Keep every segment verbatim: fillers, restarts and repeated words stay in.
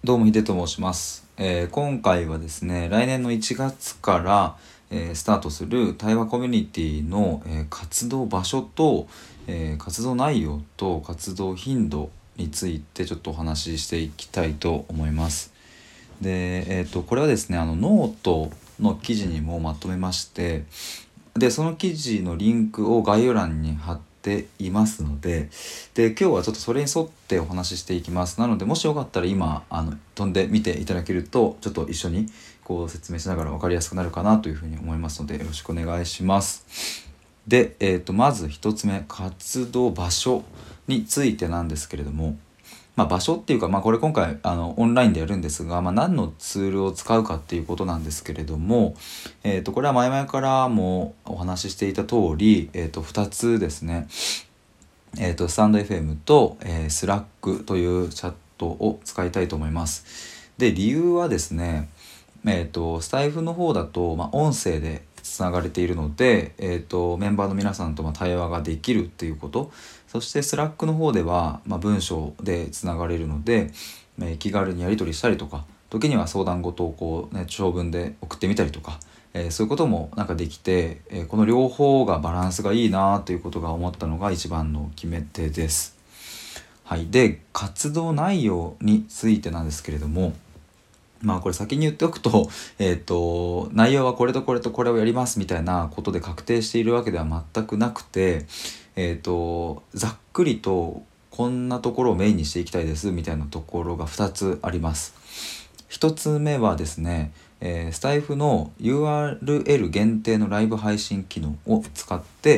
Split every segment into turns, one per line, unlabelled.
どうもヒデと申します、えー今回はですね、来年のいちがつから、えースタートする対話コミュニティの、えー活動場所と、えー活動内容と活動頻度についてちょっとお話ししていきたいと思います。で、えーと、これはですね、あのノートの記事にもまとめまして、でその記事のリンクを概要欄に貼っていますので、で今日はちょっとそれに沿ってお話ししていきます。なのでもしよかったら今あの飛んでみていただけると、ちょっと一緒にこう説明しながら分かりやすくなるかなというふうに思いますので、よろしくお願いします。で、えー、とまず一つ目、活動場所についてなんですけれども、まあ、場所っていうか、まあ、これ今回あのオンラインでやるんですが、まあ、何のツールを使うかっていうことなんですけれども、えー、とこれは前々からもお話ししていた通り、えー、とふたつですね。えー、とスタンド エフエム と、えー、Slack というチャットを使いたいと思います。で理由はですね、えー、とスタイフの方だと、まあ、音声でつながれているので、えー、とメンバーの皆さんとまあ対話ができるっていうこと、そして Slack の方では、まあ、文章でつながれるので、えー気軽にやり取りしたりとか、時には相談事をこう、ね、長文で送ってみたりとか、えーそういうこともなんかできて、えーこの両方がバランスがいいなということが思ったのが一番の決め手です。はい、で活動内容についてなんですけれども、まあこれ先に言っておくと、えっと、内容はこれとこれとこれをやりますみたいなことで確定しているわけでは全くなくて、えっと、ざっくりとこんなところをメインにしていきたいですみたいなところがふたつあります。ひとつめはですね、えースタイフの ユーアールエル 限定のライブ配信機能を使って、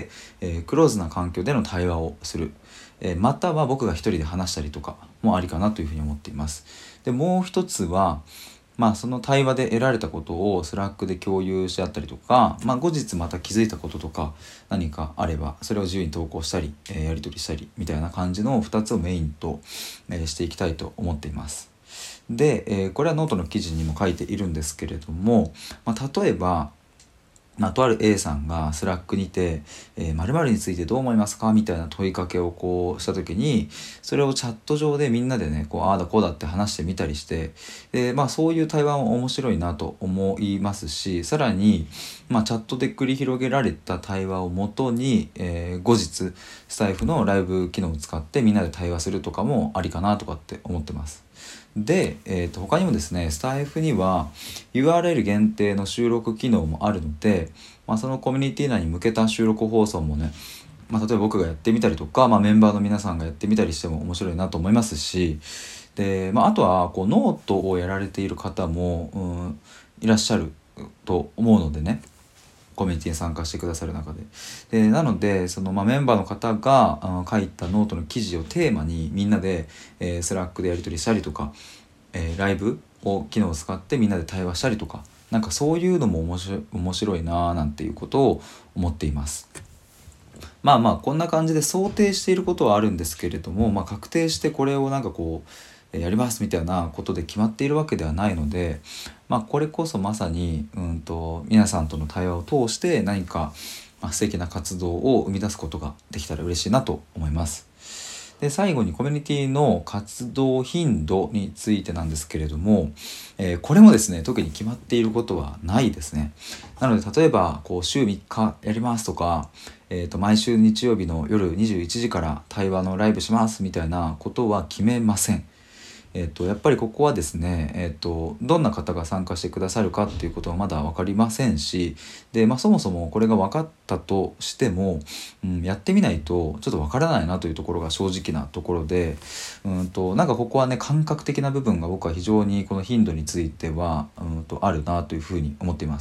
えークローズな環境での対話をする、えーまたは僕が一人で話したりとかもありかなというふうに思っています。でもう一つは、まあその対話で得られたことをスラックで共有し合ったりとか、まあ、後日また気づいたこととか何かあればそれを自由に投稿したり、えーやり取りしたりみたいな感じのふたつをメインと、えーしていきたいと思っています。で、えーこれはノートの記事にも書いているんですけれども、まあ、例えば、まあ、とある A さんがスラックにて、えー、〇〇についてどう思いますかみたいな問いかけをこうした時に、それをチャット上でみんなでね、こうああだこうだって話してみたりして、で、まあ、そういう対話も面白いなと思いますし、さらに、まあ、チャットで繰り広げられた対話をもとに、えー後日スタイフのライブ機能を使ってみんなで対話するとかもありかなとかって思ってます。で、えー、と他にもですね、スタイフには ユーアールエル 限定の収録機能もあるので、まあ、そのコミュニティ内に向けた収録放送もね、まあ、例えば僕がやってみたりとか、まあ、メンバーの皆さんがやってみたりしても面白いなと思いますし、で、まあ、あとはこうノートをやられている方も、うん、いらっしゃると思うのでね、コミュニティに参加してくださる中で、でなのでその、まあ、メンバーの方があ書いたノートの記事をテーマにみんなで、えー、スラックでやり取りしたりとか、えーライブを機能を使ってみんなで対話したりとか、なんかそういうのも面白い面白いなーなんていうことを思っています。まあまあこんな感じで想定していることはあるんですけれども、まあ、確定してこれをなんかこうえーやりますみたいなことで決まっているわけではないので、まあ、これこそまさにうんと皆さんとの対話を通して何かまあ素敵な活動を生み出すことができたら嬉しいなと思います。で最後にコミュニティの活動頻度についてなんですけれども、えーこれもですね特に決まっていることはないですね。なので例えばこう週みっかやりますとか、えーと毎週日曜日の夜にじゅういちじから対話のライブしますみたいなことは決めません。えっと、やっぱりここはですね、えっと、どんな方が参加してくださるかっていうことはまだ分かりませんし、で、まあ、そもそもこれが分かったとしても、うん、やってみないとちょっと分からないなというところが正直なところで、うんと、なんかここはね、感覚的な部分が僕は非常にこの頻度については、うんと、あるなというふうに思っています。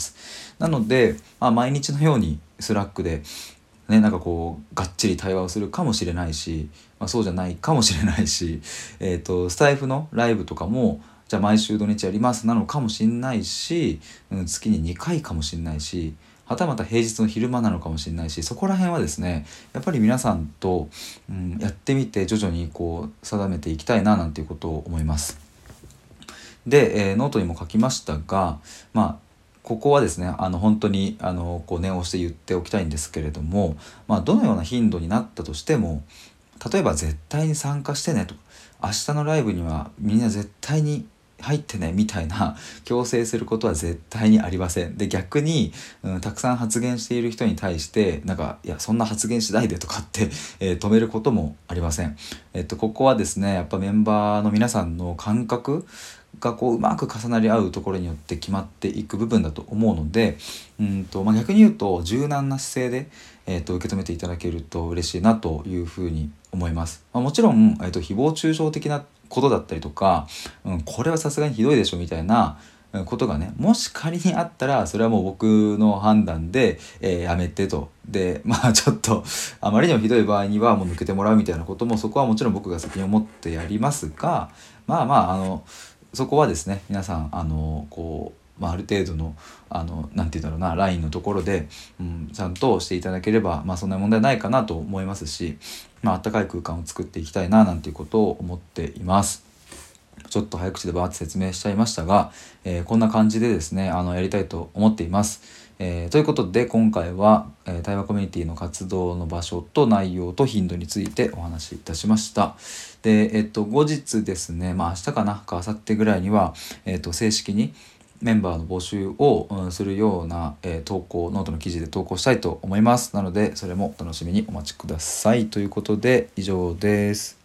なので、まあ、毎日のようにスラックでね、なんかこうがっちり対話をするかもしれないし、まあ、そうじゃないかもしれないし、えーと、スタイフのライブとかもじゃあ毎週土日やりますなのかもしれないし、うん、月ににかいかもしれないし、はたまた平日の昼間なのかもしれないし、そこら辺はですねやっぱり皆さんと、うん、やってみて徐々にこう定めていきたいななんていうことを思います。で、えーノートにも書きましたが、まあここはですねあの本当にあのこう念を押して言っておきたいんですけれども、まあ、どのような頻度になったとしても、例えば絶対に参加してねとか、明日のライブにはみんな絶対に入ってねみたいな強制することは絶対にありません。で逆に、うん、たくさん発言している人に対してなんかいやそんな発言しないでとかって、えー止めることもありません。えっとここはですねやっぱメンバーの皆さんの感覚がこううまく重なり合うところによって決まっていく部分だと思うので、うんとまあ、逆に言うと柔軟な姿勢で、えー、と受け止めていただけると嬉しいなというふうに思います。まあ、もちろん、えー、と誹謗中傷的なことだったりとか、うん、これはさすがにひどいでしょみたいなうんことがねもし仮にあったらそれはもう僕の判断で、えーやめてと。でまあちょっとあまりにもひどい場合にはもう抜けてもらうみたいなこともそこはもちろん僕が責任を持ってやりますが、まあまああのそこはですね皆さんあのこう、まあ、ある程度のあのなんて言うんだろうなラインのところで、うん、ちゃんとしていただければ、まあ、そんな問題ないかなと思いますし、まあ暖かい空間を作っていきたいななんていうことを思っています。ちょっと早口でバーって説明しちゃいましたが、えーこんな感じでですねあのやりたいと思っています。えーということで今回は、えー対話コミュニティの活動の場所と内容と頻度についてお話しいたしました。で、えっと後日ですねまあ明日かなか明後日ぐらいには、えっと正式にメンバーの募集を、うんするような、えー投稿ノートの記事で投稿したいと思います。なのでそれもお楽しみにお待ちください。ということで以上です。